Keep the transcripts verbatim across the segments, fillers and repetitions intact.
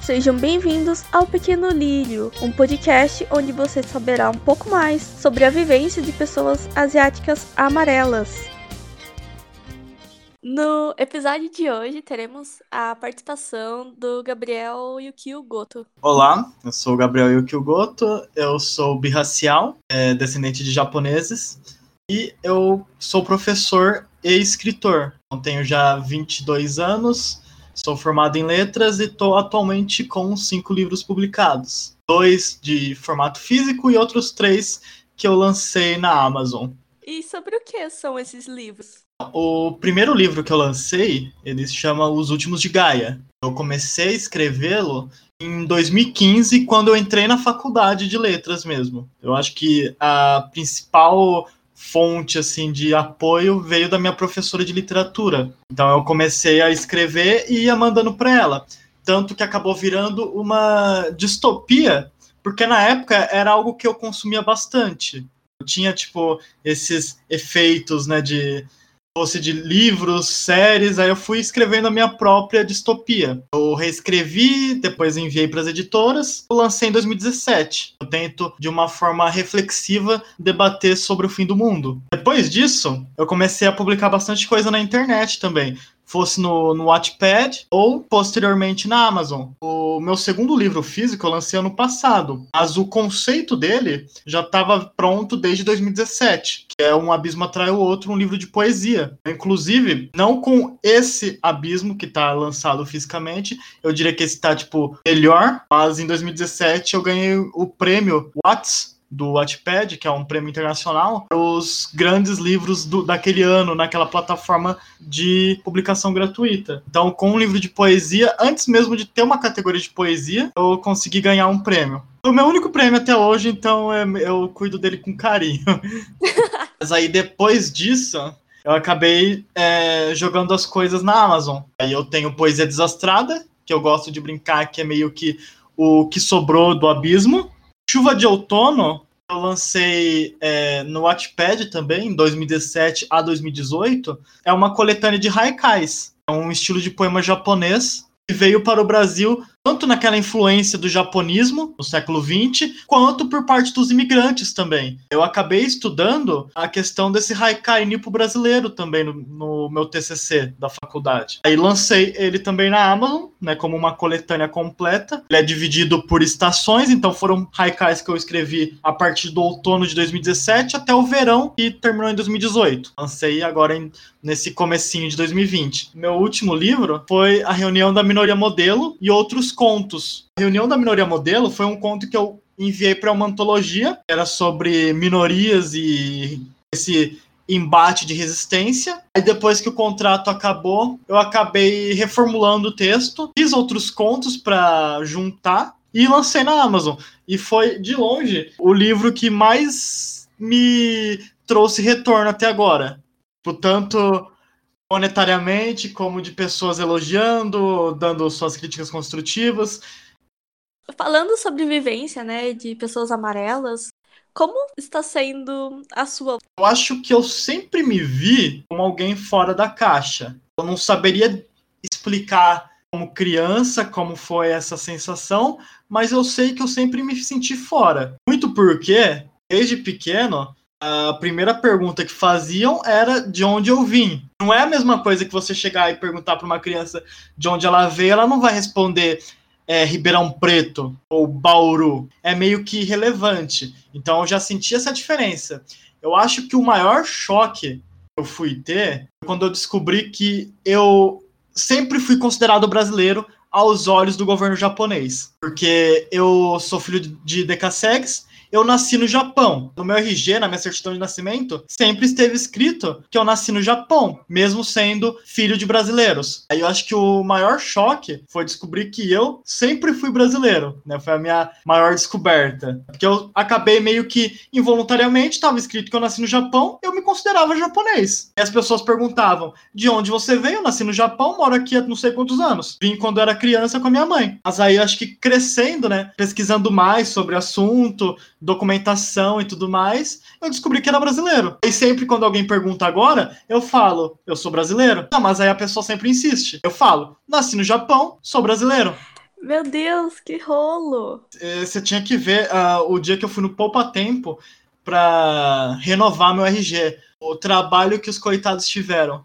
Sejam bem-vindos ao Pequeno Lírio, um podcast onde você saberá um pouco mais sobre a vivência de pessoas asiáticas amarelas. No episódio de hoje, teremos a participação do Gabriel Yukio Goto. Olá, eu sou o Gabriel Yukio Goto, eu sou birracial, é, descendente de japoneses, e eu sou professor e escritor. Eu tenho já vinte e dois anos, sou formado em letras e estou atualmente com cinco livros publicados. Dois de formato físico e outros três que eu lancei na Amazon. E sobre o que são esses livros? O primeiro livro que eu lancei, ele se chama Os Últimos de Gaia. Eu comecei a escrevê-lo em dois mil e quinze, quando eu entrei na faculdade de letras mesmo. Eu acho que a principal fonte assim, de apoio veio da minha professora de literatura. Então eu comecei a escrever e ia mandando para ela. Tanto que acabou virando uma distopia, porque na época era algo que eu consumia bastante. Eu tinha, tipo, esses efeitos, né, de... fosse de livros, séries, aí eu fui escrevendo a minha própria distopia. Eu reescrevi, depois enviei para as editoras, eu lancei em dois mil e dezessete. Eu tento, de uma forma reflexiva, debater sobre o fim do mundo. Depois disso, eu comecei a publicar bastante coisa na internet também, fosse no, no Wattpad ou posteriormente na Amazon. O meu segundo livro físico eu lancei ano passado, mas o conceito dele já estava pronto desde dois mil e dezessete, que é Um Abismo Atrai o Outro, um livro de poesia. Inclusive, não com esse abismo que está lançado fisicamente, eu diria que esse está, tipo, melhor, mas em dois mil e dezessete eu ganhei o prêmio Watts, do Wattpad, que é um prêmio internacional, para os grandes livros do, daquele ano, naquela plataforma de publicação gratuita. Então, com um livro de poesia, antes mesmo de ter uma categoria de poesia, eu consegui ganhar um prêmio. Foi o meu único prêmio até hoje, então eu cuido dele com carinho. Mas aí, depois disso, eu acabei é, jogando as coisas na Amazon. Aí eu tenho Poesia Desastrada, que eu gosto de brincar, que é meio que o que sobrou do abismo. Chuva de Outono, eu lancei é, no Wattpad também, em dois mil e dezessete a dois mil e dezoito. É uma coletânea de haikais. É um estilo de poema japonês que veio para o Brasil tanto naquela influência do japonismo, no século vinte, quanto por parte dos imigrantes também. Eu acabei estudando a questão desse haikai nipo brasileiro também no, no meu T C C da faculdade. Aí lancei ele também na Amazon, né, como uma coletânea completa. Ele é dividido por estações, então foram haikais que eu escrevi a partir do outono de dois mil e dezessete até o verão, e terminou em dois mil e dezoito. Lancei agora em, nesse comecinho de dois mil e vinte. Meu último livro foi A Reunião da Minoria Modelo e Outros Contos. A Reunião da Minoria Modelo foi um conto que eu enviei para uma antologia, era sobre minorias e esse embate de resistência. Aí depois que o contrato acabou, eu acabei reformulando o texto, fiz outros contos para juntar e lancei na Amazon. E foi, de longe, o livro que mais me trouxe retorno até agora. Portanto, monetariamente, como de pessoas elogiando, dando suas críticas construtivas. Falando sobre vivência, né, de pessoas amarelas, como está sendo a sua? Eu acho que eu sempre me vi como alguém fora da caixa. Eu não saberia explicar como criança como foi essa sensação, mas eu sei que eu sempre me senti fora. Muito porque, desde pequeno, a primeira pergunta que faziam era de onde eu vim. Não é a mesma coisa que você chegar e perguntar para uma criança de onde ela veio, ela não vai responder é, Ribeirão Preto ou Bauru. É meio que irrelevante. Então eu já senti essa diferença. Eu acho que o maior choque que eu fui ter foi quando eu descobri que eu sempre fui considerado brasileiro aos olhos do governo japonês. Porque eu sou filho de decassegues, eu nasci no Japão. No meu R G, na minha certidão de nascimento, sempre esteve escrito que eu nasci no Japão, mesmo sendo filho de brasileiros. Aí eu acho que o maior choque foi descobrir que eu sempre fui brasileiro, né? Foi a minha maior descoberta. Porque eu acabei meio que involuntariamente, estava escrito que eu nasci no Japão, eu me considerava japonês. E as pessoas perguntavam, de onde você veio? Eu nasci no Japão, moro aqui há não sei quantos anos. Vim quando era criança com a minha mãe. Mas aí eu acho que crescendo, né? Pesquisando mais sobre o assunto, documentação e tudo mais, eu descobri que era brasileiro. E sempre quando alguém pergunta agora, eu falo, eu sou brasileiro. Não, mas aí a pessoa sempre insiste. Eu falo, nasci no Japão, sou brasileiro. Meu Deus, que rolo! É, você tinha que ver uh, o dia que eu fui no Poupa Tempo para renovar meu R G. O trabalho que os coitados tiveram.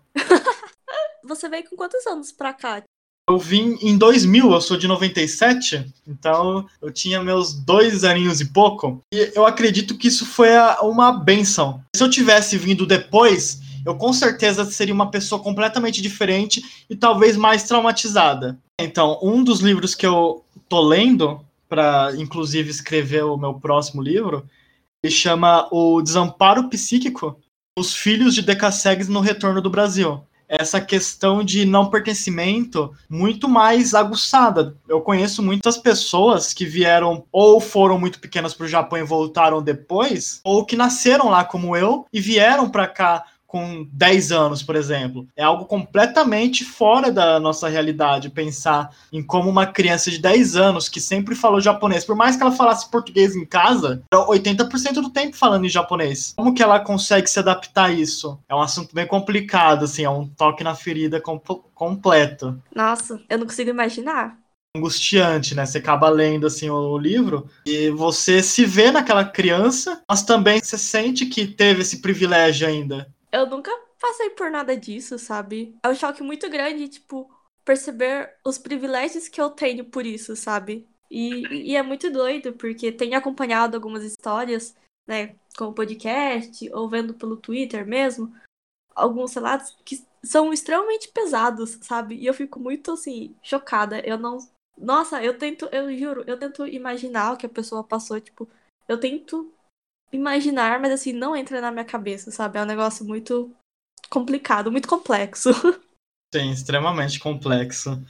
Você veio com quantos anos pra cá? Eu vim em dois mil, eu sou de noventa e sete, então eu tinha meus dois aninhos e pouco. E eu acredito que isso foi uma benção. Se eu tivesse vindo depois, eu com certeza seria uma pessoa completamente diferente e talvez mais traumatizada. Então, um dos livros que eu tô lendo, para inclusive escrever o meu próximo livro, ele chama O Desamparo Psíquico, Os Filhos de Decassegues no Retorno do Brasil. Essa questão de não pertencimento muito mais aguçada. Eu conheço muitas pessoas que vieram ou foram muito pequenas para o Japão e voltaram depois, ou que nasceram lá como eu e vieram para cá com dez anos, por exemplo. É algo completamente fora da nossa realidade pensar em como uma criança de dez anos que sempre falou japonês, por mais que ela falasse português em casa, oitenta por cento do tempo falando em japonês. Como que ela consegue se adaptar a isso? É um assunto bem complicado, assim, é um toque na ferida comp- completo. Nossa, eu não consigo imaginar. Angustiante, né? Você acaba lendo assim o livro e você se vê naquela criança, mas também você sente que teve esse privilégio ainda. Eu nunca passei por nada disso, sabe? É um choque muito grande, tipo, perceber os privilégios que eu tenho por isso, sabe? E, e é muito doido, porque tenho acompanhado algumas histórias, né, com o podcast, ou vendo pelo Twitter mesmo, alguns relatos que são extremamente pesados, sabe? E eu fico muito, assim, chocada. Eu não. Nossa, eu tento, eu juro, eu tento imaginar o que a pessoa passou, tipo, eu tento imaginar, mas assim, não entra na minha cabeça, sabe? É um negócio muito complicado, muito complexo. Sim, extremamente complexo.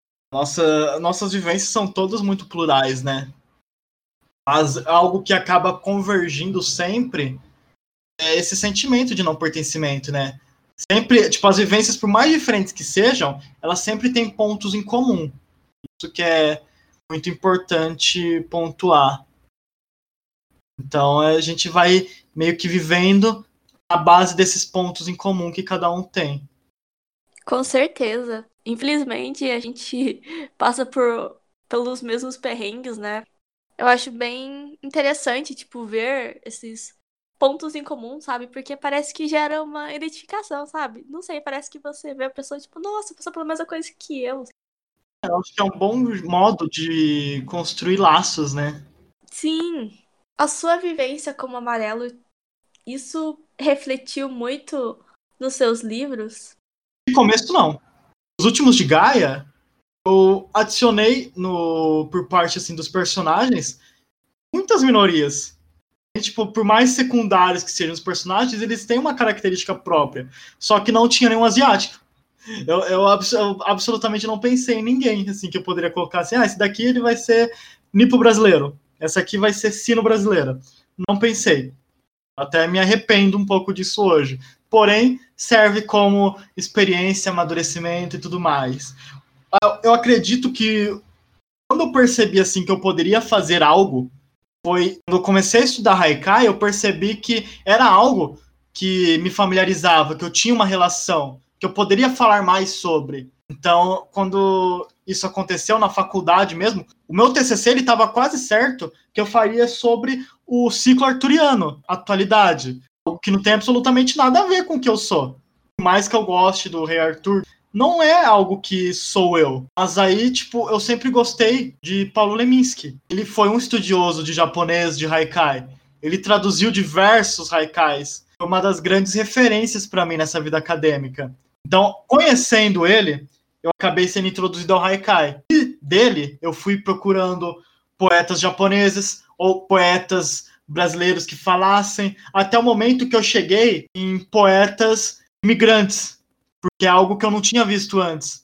Nossa, nossas vivências são todas muito plurais, né? Mas algo que acaba convergindo sempre é esse sentimento de não pertencimento, né? Sempre, tipo, as vivências, por mais diferentes que sejam, elas sempre têm pontos em comum. Isso que é muito importante pontuar. Então a gente vai meio que vivendo a base desses pontos em comum que cada um tem. Com certeza. Infelizmente, a gente passa por pelos mesmos perrengues, né? Eu acho bem interessante, tipo, ver esses pontos em comum, sabe? Porque parece que gera uma identificação, sabe? Não sei, parece que você vê a pessoa, tipo, nossa, passou pela mesma coisa que eu. Eu acho que é um bom modo de construir laços, né? Sim, a sua vivência como amarelo, isso refletiu muito nos seus livros? De começo, não. Os últimos de Gaia, eu adicionei no, por parte assim, dos personagens muitas minorias. E, tipo, por mais secundários que sejam os personagens, eles têm uma característica própria. Só que não tinha nenhum asiático. Eu, eu, abs eu absolutamente não pensei em ninguém assim que eu poderia colocar assim, ah, esse daqui ele vai ser nipo brasileiro, essa aqui vai ser sino brasileira. Não pensei. Até me arrependo um pouco disso hoje. Porém, serve como experiência, amadurecimento e tudo mais. Eu acredito que quando eu percebi assim que eu poderia fazer algo, foi quando eu comecei a estudar Haikai, eu percebi que era algo que me familiarizava, que eu tinha uma relação, que eu poderia falar mais sobre. Então, quando isso aconteceu na faculdade mesmo, o meu T C C ele estava quase certo que eu faria sobre o ciclo arturiano, atualidade, algo que não tem absolutamente nada a ver com o que eu sou. Por mais que eu goste do Rei Arthur, não é algo que sou eu. Mas aí, tipo, eu sempre gostei de Paulo Leminski. Ele foi um estudioso de japonês, de Haikai. Ele traduziu diversos Haikais. Foi uma das grandes referências para mim nessa vida acadêmica. Então, conhecendo ele, eu acabei sendo introduzido ao Haikai. E dele, eu fui procurando poetas japoneses ou poetas brasileiros que falassem, até o momento que eu cheguei em poetas imigrantes, porque é algo que eu não tinha visto antes.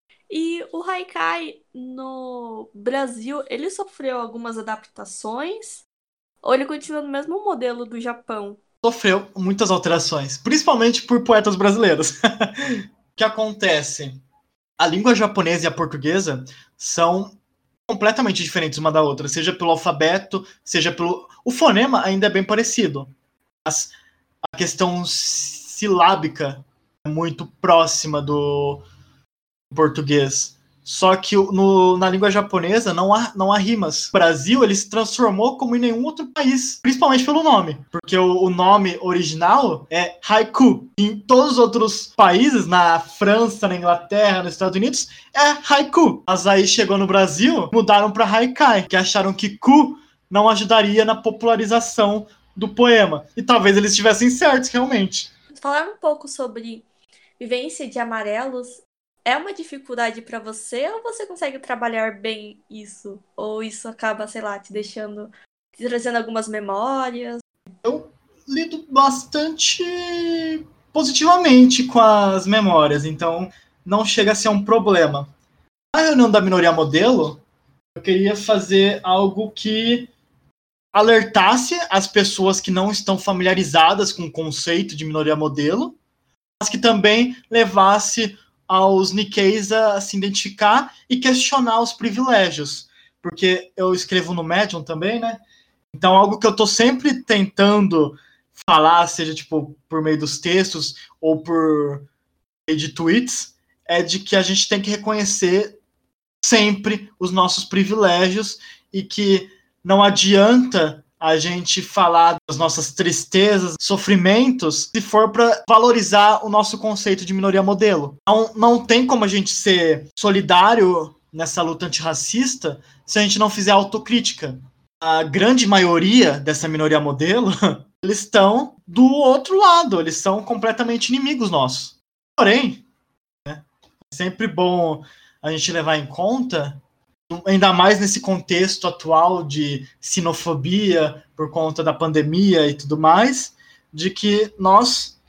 E o Haikai no Brasil, ele sofreu algumas adaptações? Ou ele continua no mesmo modelo do Japão? Sofreu muitas alterações, principalmente por poetas brasileiros. O que acontece? A língua japonesa e a portuguesa são completamente diferentes uma da outra, seja pelo alfabeto, seja pelo. O fonema ainda é bem parecido, mas a questão silábica é muito próxima do português. Só que no, na língua japonesa não há, não há rimas. O Brasil, ele se transformou como em nenhum outro país, principalmente pelo nome. Porque o, o nome original é haiku. Em todos os outros países, na França, na Inglaterra, nos Estados Unidos, é haiku. Mas aí chegou no Brasil, mudaram para haikai, que acharam que ku não ajudaria na popularização do poema. E talvez eles estivessem certos, realmente. Falar um pouco sobre vivência de amarelos é uma dificuldade pra você ou você consegue trabalhar bem isso? Ou isso acaba, sei lá, te deixando, te trazendo algumas memórias? Eu lido bastante positivamente com as memórias, então não chega a ser um problema. Na reunião da minoria modelo, eu queria fazer algo que alertasse as pessoas que não estão familiarizadas com o conceito de minoria modelo, mas que também levasse aos Nikkeis a se identificar e questionar os privilégios. Porque eu escrevo no Medium também, né? Então, algo que eu estou sempre tentando falar, seja tipo por meio dos textos ou por meio de tweets, é de que a gente tem que reconhecer sempre os nossos privilégios e que não adianta a gente falar das nossas tristezas, sofrimentos, se for para valorizar o nosso conceito de minoria modelo. Não, não tem como a gente ser solidário nessa luta antirracista se a gente não fizer autocrítica. A grande maioria dessa minoria modelo, eles estão do outro lado, eles são completamente inimigos nossos. Porém, né, é sempre bom a gente levar em conta, ainda mais nesse contexto atual de xenofobia por conta da pandemia e tudo mais, de que nós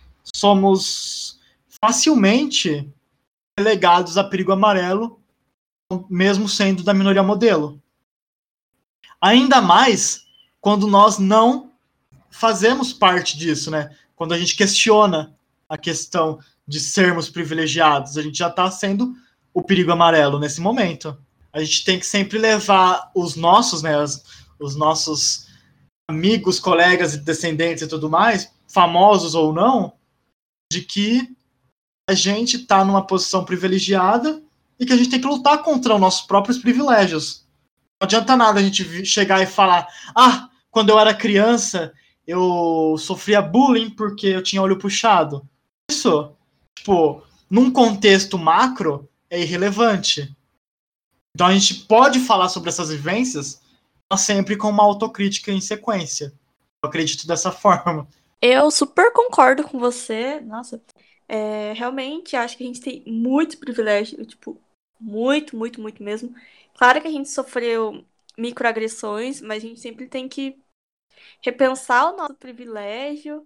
somos facilmente relegados a perigo amarelo, mesmo sendo da minoria modelo. Ainda mais quando nós não fazemos parte disso, né? Quando a gente questiona a questão de sermos privilegiados, a gente já está sendo o perigo amarelo nesse momento. A gente tem que sempre levar os nossos, né, os, os nossos amigos, colegas e descendentes e tudo mais, famosos ou não, de que a gente está numa posição privilegiada e que a gente tem que lutar contra os nossos próprios privilégios. Não adianta nada a gente chegar e falar, ah, quando eu era criança, eu sofria bullying porque eu tinha olho puxado. Isso, tipo, num contexto macro, é irrelevante. Então a gente pode falar sobre essas vivências, mas sempre com uma autocrítica em sequência. Eu acredito dessa forma. Eu super concordo com você. Nossa, é, realmente acho que a gente tem muito privilégio, tipo, muito, muito, muito mesmo. Claro que a gente sofreu microagressões, mas a gente sempre tem que repensar o nosso privilégio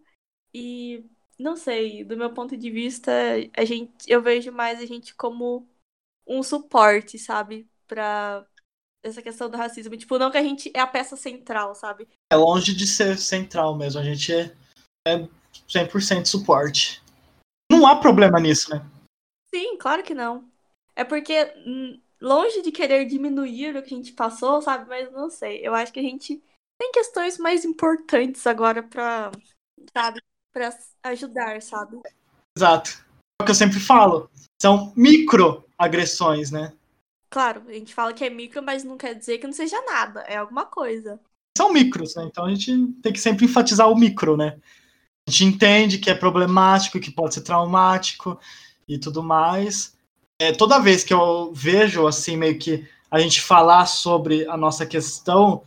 e, não sei, do meu ponto de vista, a gente, eu vejo mais a gente como um suporte, sabe? Pra essa questão do racismo. Tipo, não que a gente é a peça central, sabe? É longe de ser central mesmo. A gente é, é cem por cento suporte. Não há problema nisso, né? Sim, claro que não. É porque, hum, longe de querer diminuir o que a gente passou, sabe? Mas não sei. Eu acho que a gente tem questões mais importantes agora pra, sabe? Pra ajudar, sabe? Exato. É o que eu sempre falo. São microagressões, né? Claro, a gente fala que é micro, mas não quer dizer que não seja nada. É alguma coisa. São micros, né? Então a gente tem que sempre enfatizar o micro, né? A gente entende que é problemático, que pode ser traumático e tudo mais. É, toda vez que eu vejo, assim, meio que a gente falar sobre a nossa questão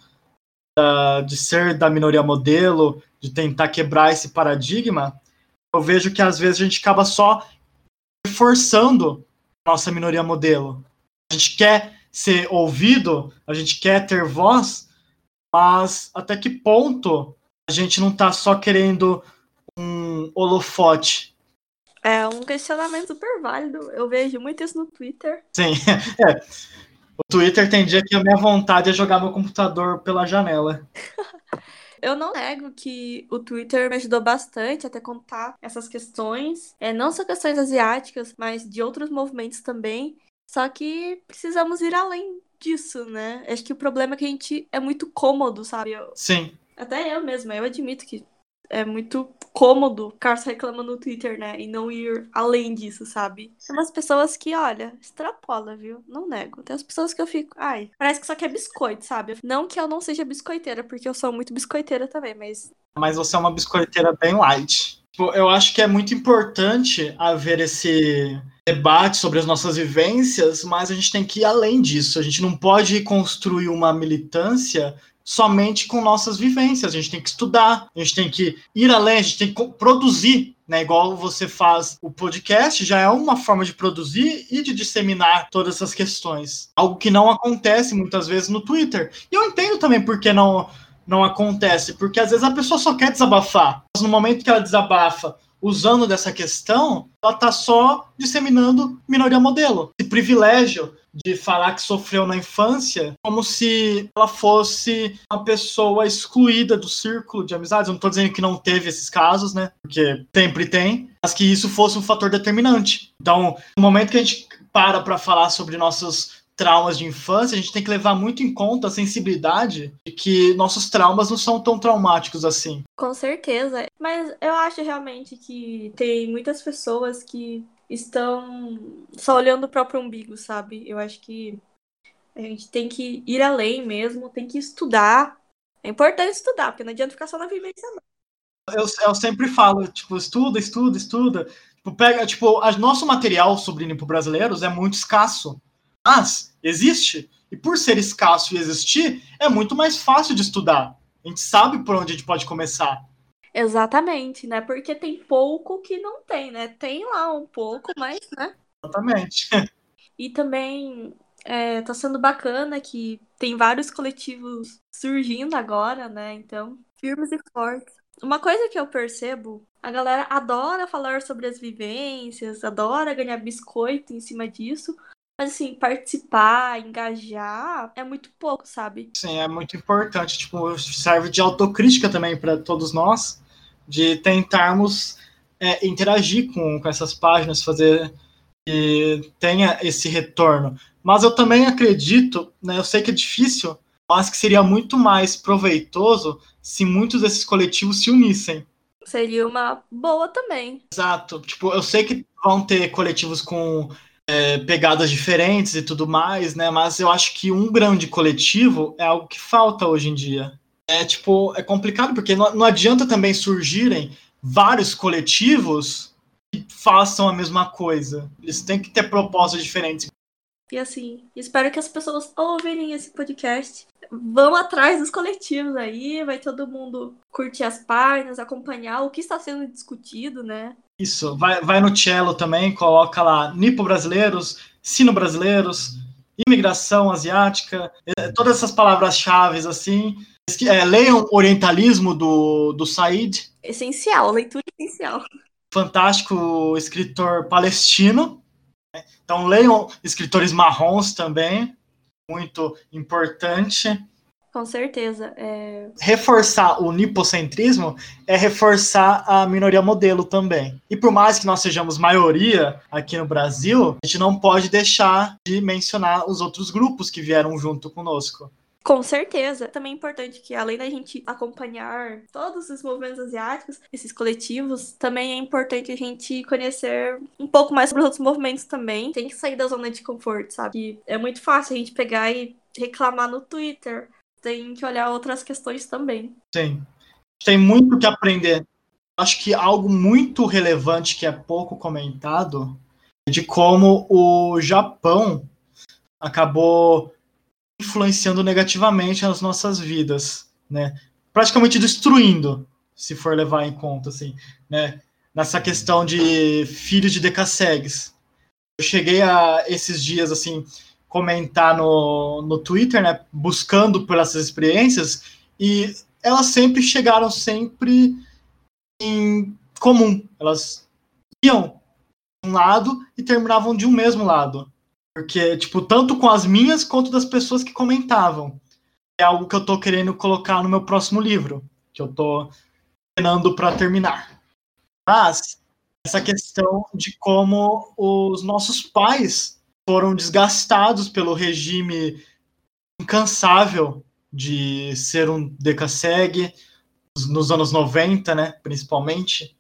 uh, de ser da minoria modelo, de tentar quebrar esse paradigma, eu vejo que às vezes a gente acaba só reforçando a nossa minoria modelo. A gente quer ser ouvido, a gente quer ter voz, mas até que ponto a gente não está só querendo um holofote? É um questionamento super válido. Eu vejo muito isso no Twitter. Sim, é. O Twitter tem dia que a minha vontade é jogar meu computador pela janela. Eu não nego que o Twitter me ajudou bastante até contar essas questões. É, não só questões asiáticas, mas de outros movimentos também. Só que precisamos ir além disso, né? Acho que o problema é que a gente é muito cômodo, sabe? Eu, Sim. até eu mesma, eu admito que é muito cômodo ficar só reclamando no Twitter, né? E não ir além disso, sabe? Tem umas pessoas que, olha, extrapola, viu? Não nego. Tem as pessoas que eu fico, ai, parece que só quer biscoito, sabe? Não que eu não seja biscoiteira, porque eu sou muito biscoiteira também, mas. Mas você é uma biscoiteira bem light. Tipo, eu acho que é muito importante haver esse debate sobre as nossas vivências, mas a gente tem que ir além disso. A gente não pode construir uma militância somente com nossas vivências. A gente tem que estudar, a gente tem que ir além, a gente tem que produzir, né? Igual você faz o podcast, já é uma forma de produzir e de disseminar todas essas questões. Algo que não acontece muitas vezes no Twitter. E eu entendo também por que não, não acontece, porque às vezes a pessoa só quer desabafar. Mas no momento que ela desabafa usando dessa questão, ela está só disseminando minoria modelo. Esse privilégio de falar que sofreu na infância, como se ela fosse uma pessoa excluída do círculo de amizades. Eu não estou dizendo que não teve esses casos, né? Porque sempre tem, mas que isso fosse um fator determinante. Então, no momento que a gente para para falar sobre nossos traumas de infância, a gente tem que levar muito em conta a sensibilidade de que nossos traumas não são tão traumáticos assim. Com certeza. Mas eu acho realmente que tem muitas pessoas que estão só olhando o próprio umbigo, sabe? Eu acho que a gente tem que ir além mesmo, tem que estudar. É importante estudar, porque não adianta ficar só na vivência, não. Eu, eu sempre falo, tipo, estuda, estuda, estuda. Tipo, pega, tipo, a, nosso material sobre nipo-brasileiros é muito escasso. Mas existe. E por ser escasso e existir, é muito mais fácil de estudar. A gente sabe por onde a gente pode começar. Exatamente, né? Porque tem pouco que não tem, né? Tem lá um pouco, mas, né? Exatamente. E também é, tá sendo bacana que tem vários coletivos surgindo agora, né? Então, firmes e fortes. Uma coisa que eu percebo, a galera adora falar sobre as vivências, adora ganhar biscoito em cima disso, mas assim, participar, engajar, é muito pouco, sabe? Sim, é muito importante. Tipo, serve de autocrítica também para todos nós, de tentarmos é, interagir com, com essas páginas, fazer que tenha esse retorno. Mas eu também acredito, né, eu sei que é difícil, mas que seria muito mais proveitoso se muitos desses coletivos se unissem. Seria uma boa também. Exato. Tipo, eu sei que vão ter coletivos com é, pegadas diferentes e tudo mais, né? Mas eu acho que um grande coletivo é algo que falta hoje em dia. É tipo, é complicado porque não, não adianta também surgirem vários coletivos que façam a mesma coisa. Eles têm que ter propostas diferentes. E assim, espero que as pessoas ouvirem esse podcast, vão atrás dos coletivos aí, vai todo mundo curtir as páginas, acompanhar o que está sendo discutido, né? Isso, vai, vai no Cello também, coloca lá Nipo Brasileiros, Sino Brasileiros, imigração asiática, todas essas palavras-chave assim. É, leiam Orientalismo do, do Said. Essencial, leitura essencial. Fantástico escritor palestino. Então leiam escritores marrons também, muito importante. Com certeza. É... Reforçar o nipocentrismo é reforçar a minoria modelo também. E por mais que nós sejamos maioria aqui no Brasil, a gente não pode deixar de mencionar os outros grupos que vieram junto conosco. Com certeza. Também é importante que, além da gente acompanhar todos os movimentos asiáticos, esses coletivos, também é importante a gente conhecer um pouco mais sobre os outros movimentos também. Tem que sair da zona de conforto, sabe? Que é muito fácil a gente pegar e reclamar no Twitter. Tem que olhar outras questões também. Sim. Tem muito que aprender. Acho que algo muito relevante que é pouco comentado é de como o Japão acabou influenciando negativamente as nossas vidas, né? Praticamente destruindo, se for levar em conta, assim, né? Nessa questão de filhos de decassegues. Eu cheguei a, esses dias, assim, comentar no, no Twitter, né? Buscando por essas experiências, e elas sempre chegaram sempre em comum. Elas iam de um lado e terminavam de um mesmo lado. Porque, tipo, tanto com as minhas quanto das pessoas que comentavam. É algo que eu tô querendo colocar no meu próximo livro, que eu tô treinando para terminar. Mas essa questão de como os nossos pais foram desgastados pelo regime incansável de ser um decassegue, nos anos noventa, né, principalmente,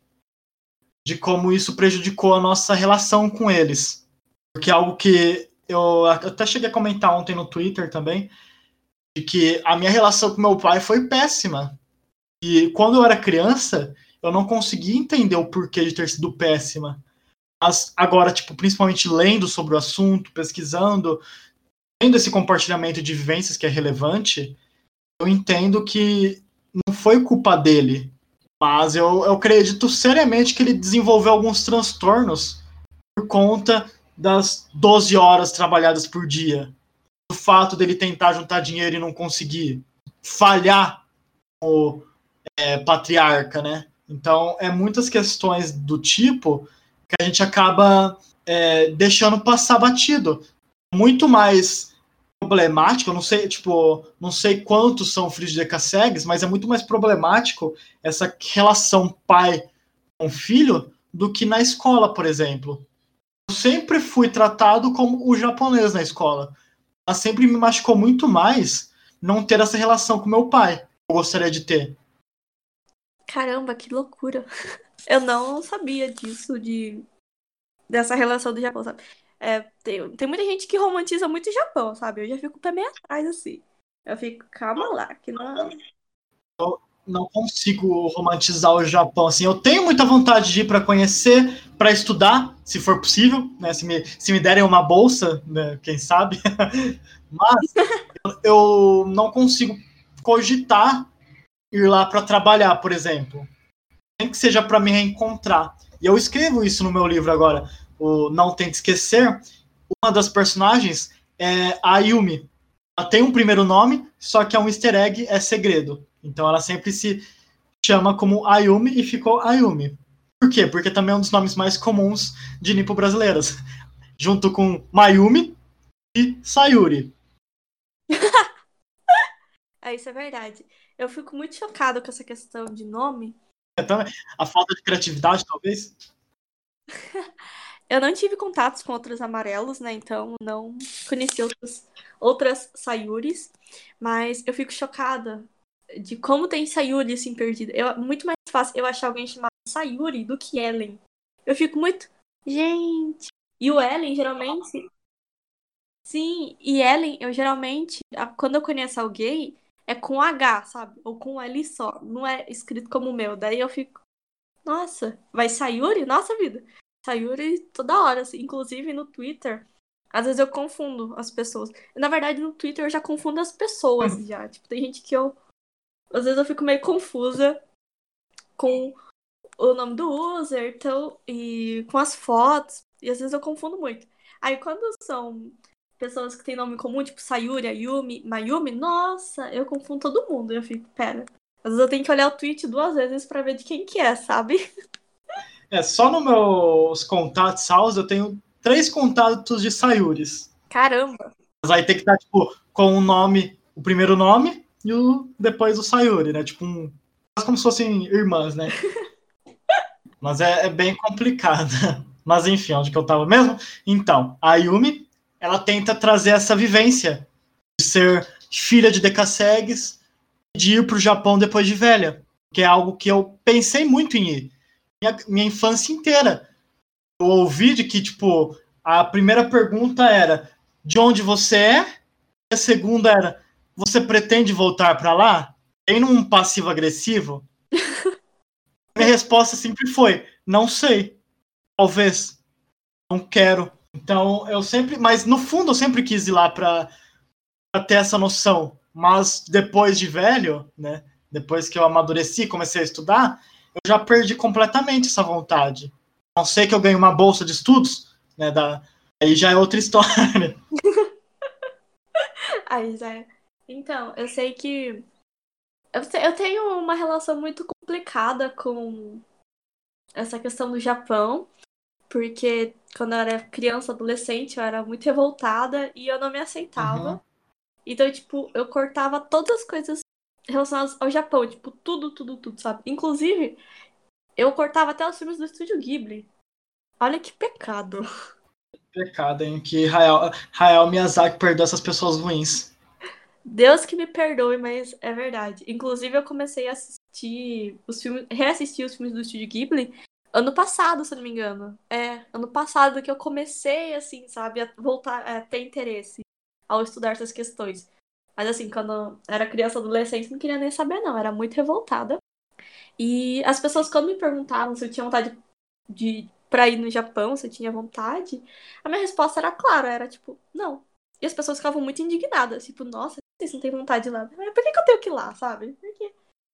de como isso prejudicou a nossa relação com eles. Porque é algo que eu até cheguei a comentar ontem no Twitter também, de que a minha relação com meu pai foi péssima. E quando eu era criança, eu não conseguia entender o porquê de ter sido péssima. Mas agora, tipo, principalmente lendo sobre o assunto, pesquisando, tendo esse compartilhamento de vivências que é relevante, eu entendo que não foi culpa dele. Mas eu, eu acredito seriamente que ele desenvolveu alguns transtornos por conta das doze horas trabalhadas por dia. O fato dele tentar juntar dinheiro e não conseguir. Falhar o é, patriarca, né? Então, é muitas questões do tipo que a gente acaba é, deixando passar batido. Muito mais problemático, eu não sei, tipo, não sei quantos são filhos de decassegues, mas é muito mais problemático essa relação pai com filho do que na escola, por exemplo. Eu sempre fui tratado como o japonês na escola. Mas sempre me machucou muito mais não ter essa relação com meu pai, que eu gostaria de ter. Caramba, que loucura. Eu não sabia disso, de dessa relação do Japão, sabe? É, tem, tem muita gente que romantiza muito o Japão, sabe? Eu já fico pé meio atrás, assim. Eu fico, calma lá, que não. Eu não consigo romantizar o Japão. Assim, eu tenho muita vontade de ir para conhecer, para estudar, se for possível, né? Se me, se me derem uma bolsa, né? Quem sabe. Mas eu não consigo cogitar ir lá para trabalhar, por exemplo. Nem que seja para me reencontrar. E eu escrevo isso no meu livro agora, o Não Tente Esquecer. Uma das personagens é a Ayumi. Ela tem um primeiro nome, só que é um easter egg, é segredo. Então ela sempre se chama como Ayumi e ficou Ayumi. Por quê? Porque também é um dos nomes mais comuns de nipo-brasileiras. Junto com Mayumi e Sayuri. É, isso é verdade. Eu fico muito chocada com essa questão de nome. Então, a falta de criatividade, talvez. Eu não tive contatos com outros amarelos, né? Então não conheci outros, outras Sayuris. Mas eu fico chocada de como tem Sayuri assim perdida. Eu, muito mais fácil eu achar alguém chamado Sayuri do que Ellen. Eu fico muito. Gente. E o Ellen, geralmente. Sim, e Ellen, eu geralmente, a- quando eu conheço alguém, é com H, sabe? Ou com L só. Não é escrito como o meu. Daí eu fico. Nossa, vai Sayuri? Nossa vida. Sayuri toda hora, assim. Inclusive no Twitter. Às vezes eu confundo as pessoas. Na verdade, no Twitter eu já confundo as pessoas já. Tipo, tem gente que eu. Às vezes eu fico meio confusa com o nome do user então, e com as fotos. E às vezes eu confundo muito. Aí quando são pessoas que têm nome comum, tipo Sayuri, Ayumi, Mayumi, nossa, eu confundo todo mundo. Eu fico, pera. Às vezes eu tenho que olhar o tweet duas vezes pra ver de quem que é, sabe? É, só nos meus contatos salvos eu tenho três contatos de Sayuris. Caramba. Mas aí tem que estar, tipo, com o nome, o primeiro nome e o depois o Sayuri, né? Tipo, um, quase como se fossem irmãs, né? Mas é, é bem complicado. Mas enfim, onde que eu tava mesmo? Então, a Yumi, ela tenta trazer essa vivência de ser filha de decassegues e de ir pro Japão depois de velha. Que é algo que eu pensei muito em ir. Minha, minha infância inteira. Eu ouvi de que, tipo, a primeira pergunta era de onde você é? E a segunda era, você pretende voltar para lá? Tem num passivo-agressivo? Minha resposta sempre foi, não sei. Talvez. Não quero. Então, eu sempre... Mas, no fundo, eu sempre quis ir lá para ter essa noção. Mas, depois de velho, né? Depois que eu amadureci, comecei a estudar, eu já perdi completamente essa vontade. A não ser que eu ganhe uma bolsa de estudos, né? Da... Aí já é outra história. Aí já é. Então, eu sei que. Eu, te- eu tenho uma relação muito complicada com essa questão do Japão, porque quando eu era criança, adolescente, eu era muito revoltada e eu não me Uhum. aceitava. Então, tipo, eu cortava todas as coisas relacionadas ao Japão, tipo, tudo, tudo, tudo, sabe? Inclusive, eu cortava até os filmes do Estúdio Ghibli. Olha que pecado. Pecado, hein? Que Hayao, Hayao Miyazaki perdeu essas pessoas ruins. Deus que me perdoe, mas é verdade. Inclusive, eu comecei a assistir os filmes, reassistir os filmes do Estúdio Ghibli ano passado, se eu não me engano. É, ano passado que eu comecei, assim, sabe, a voltar a ter interesse ao estudar essas questões. Mas assim, quando eu era criança, adolescente, não queria nem saber, não. Era muito revoltada. E as pessoas, quando me perguntavam se eu tinha vontade de pra ir no Japão, se eu tinha vontade, a minha resposta era clara, era tipo, não. E as pessoas ficavam muito indignadas, tipo, nossa, vocês não têm vontade de ir lá. Mas por que, que eu tenho que ir lá, sabe? Por quê?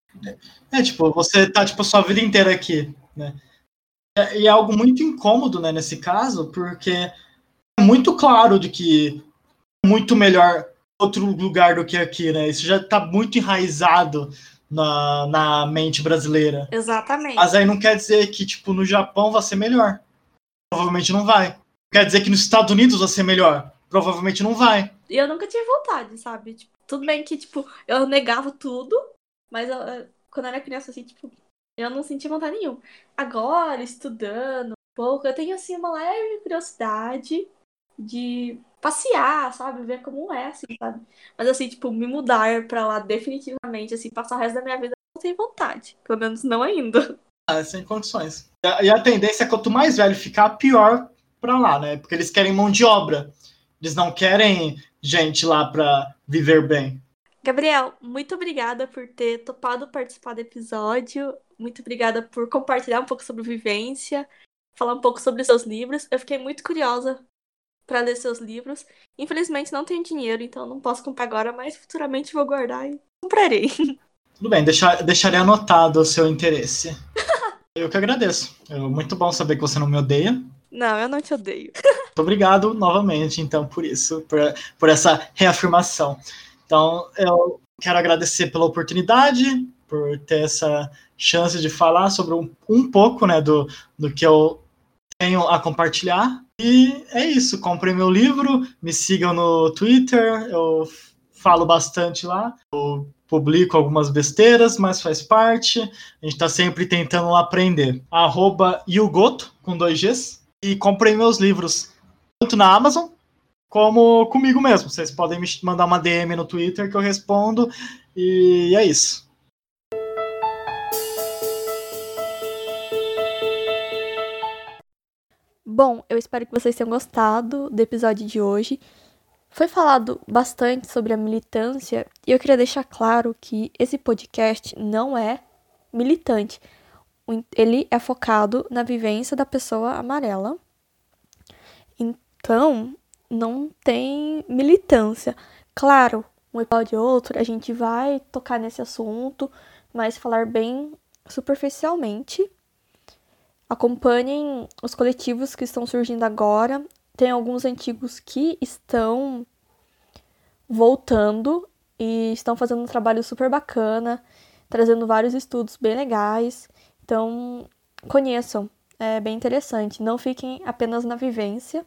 É, tipo, você tá, tipo, sua vida inteira aqui, né? É, e é algo muito incômodo, né, nesse caso, porque é muito claro de que é muito melhor outro lugar do que aqui, né? Isso já tá muito enraizado na, na mente brasileira. Exatamente. Mas aí não quer dizer que, tipo, no Japão vai ser melhor. Provavelmente não vai. Quer dizer que nos Estados Unidos vai ser melhor. Provavelmente não vai. E eu nunca tive vontade, sabe? Tipo, tudo bem que, tipo, eu negava tudo, mas eu, eu- quando eu era criança, assim, tipo, eu não sentia vontade nenhuma. Agora, estudando um pouco, eu tenho, assim, uma leve curiosidade de passear, sabe? Ver como é, assim, sabe? Mas, assim, tipo, me mudar pra lá definitivamente, assim, passar o resto da minha vida, eu não tenho vontade. Pelo menos não ainda. Ah, sem condições. E a, e a tendência é quanto mais velho ficar, pior pra lá, né? Porque eles querem mão de obra. Eles não querem gente lá pra viver bem. Gabriel, muito obrigada por ter topado participar do episódio. Muito obrigada por compartilhar um pouco sobre vivência, falar um pouco sobre seus livros. Eu fiquei muito curiosa para ler seus livros. Infelizmente não tenho dinheiro, então não posso comprar agora, mas futuramente vou guardar e comprarei. Tudo bem, deixar, deixarei anotado o seu interesse. Eu que agradeço. É muito bom saber que você não me odeia. Não, eu não te odeio. Muito obrigado novamente, então, por isso, por, por essa reafirmação. Então, eu quero agradecer pela oportunidade, por ter essa chance de falar sobre um, um pouco, né, do, do que eu tenho a compartilhar. E é isso, comprem meu livro, me sigam no Twitter, eu falo bastante lá, eu publico algumas besteiras, mas faz parte, a gente está sempre tentando aprender. Arroba Yugoto, com dois Gs, e comprem meus livros, tanto na Amazon, como comigo mesmo. Vocês podem me mandar uma D M no Twitter que eu respondo, e é isso. Bom, eu espero que vocês tenham gostado do episódio de hoje. Foi falado bastante sobre a militância e eu queria deixar claro que esse podcast não é militante. Ele é focado na vivência da pessoa amarela. Então, não tem militância. Claro, um episódio ou outro a gente vai tocar nesse assunto, mas falar bem superficialmente. Acompanhem os coletivos que estão surgindo agora. Tem alguns antigos que estão voltando e estão fazendo um trabalho super bacana, trazendo vários estudos bem legais. Então, conheçam, é bem interessante. Não fiquem apenas na vivência.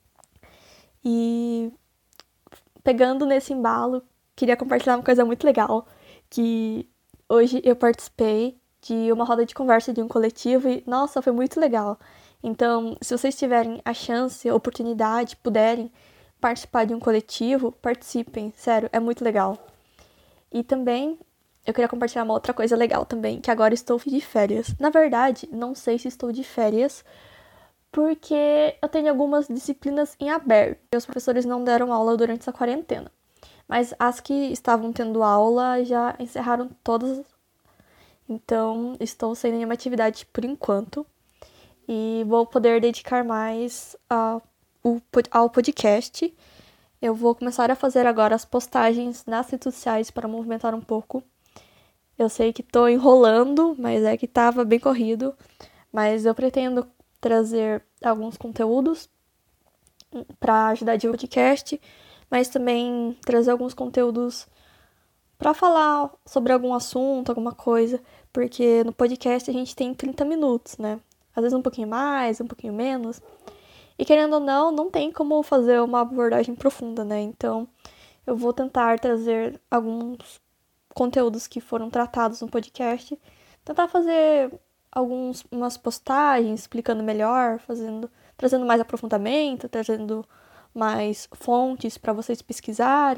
E pegando nesse embalo, queria compartilhar uma coisa muito legal, que hoje eu participei de uma roda de conversa de um coletivo e, nossa, foi muito legal. Então, se vocês tiverem a chance, a oportunidade, puderem participar de um coletivo, participem, sério, é muito legal. E também, eu queria compartilhar uma outra coisa legal também, que agora estou de férias. Na verdade, não sei se estou de férias, porque eu tenho algumas disciplinas em aberto. E os professores não deram aula durante essa quarentena. Mas as que estavam tendo aula já encerraram todas. Então, estou sem nenhuma atividade por enquanto. E vou poder dedicar mais a, o, ao podcast. Eu vou começar a fazer agora as postagens nas redes sociais para movimentar um pouco. Eu sei que estou enrolando, mas é que estava bem corrido. Mas eu pretendo trazer alguns conteúdos para ajudar de podcast, mas também trazer alguns conteúdos para falar sobre algum assunto, alguma coisa, porque no podcast a gente tem trinta minutos, né? Às vezes um pouquinho mais, um pouquinho menos. E querendo ou não, não tem como fazer uma abordagem profunda, né? Então, eu vou tentar trazer alguns conteúdos que foram tratados no podcast, tentar fazer algumas umas postagens explicando melhor, fazendo, trazendo mais aprofundamento, trazendo mais fontes para vocês pesquisarem,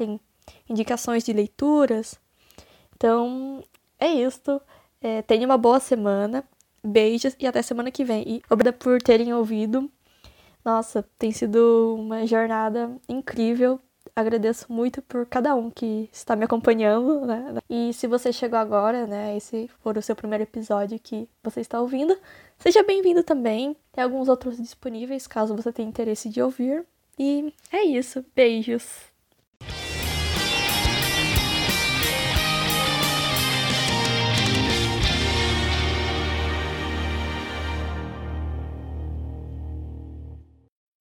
indicações de leituras. Então, é isso. É, tenha uma boa semana. Beijos e até semana que vem. E obrigada por terem ouvido. Nossa, tem sido uma jornada incrível. Agradeço muito por cada um que está me acompanhando, né? E se você chegou agora, né? Esse for o seu primeiro episódio que você está ouvindo, seja bem-vindo também. Tem alguns outros disponíveis, caso você tenha interesse de ouvir. E é isso. Beijos!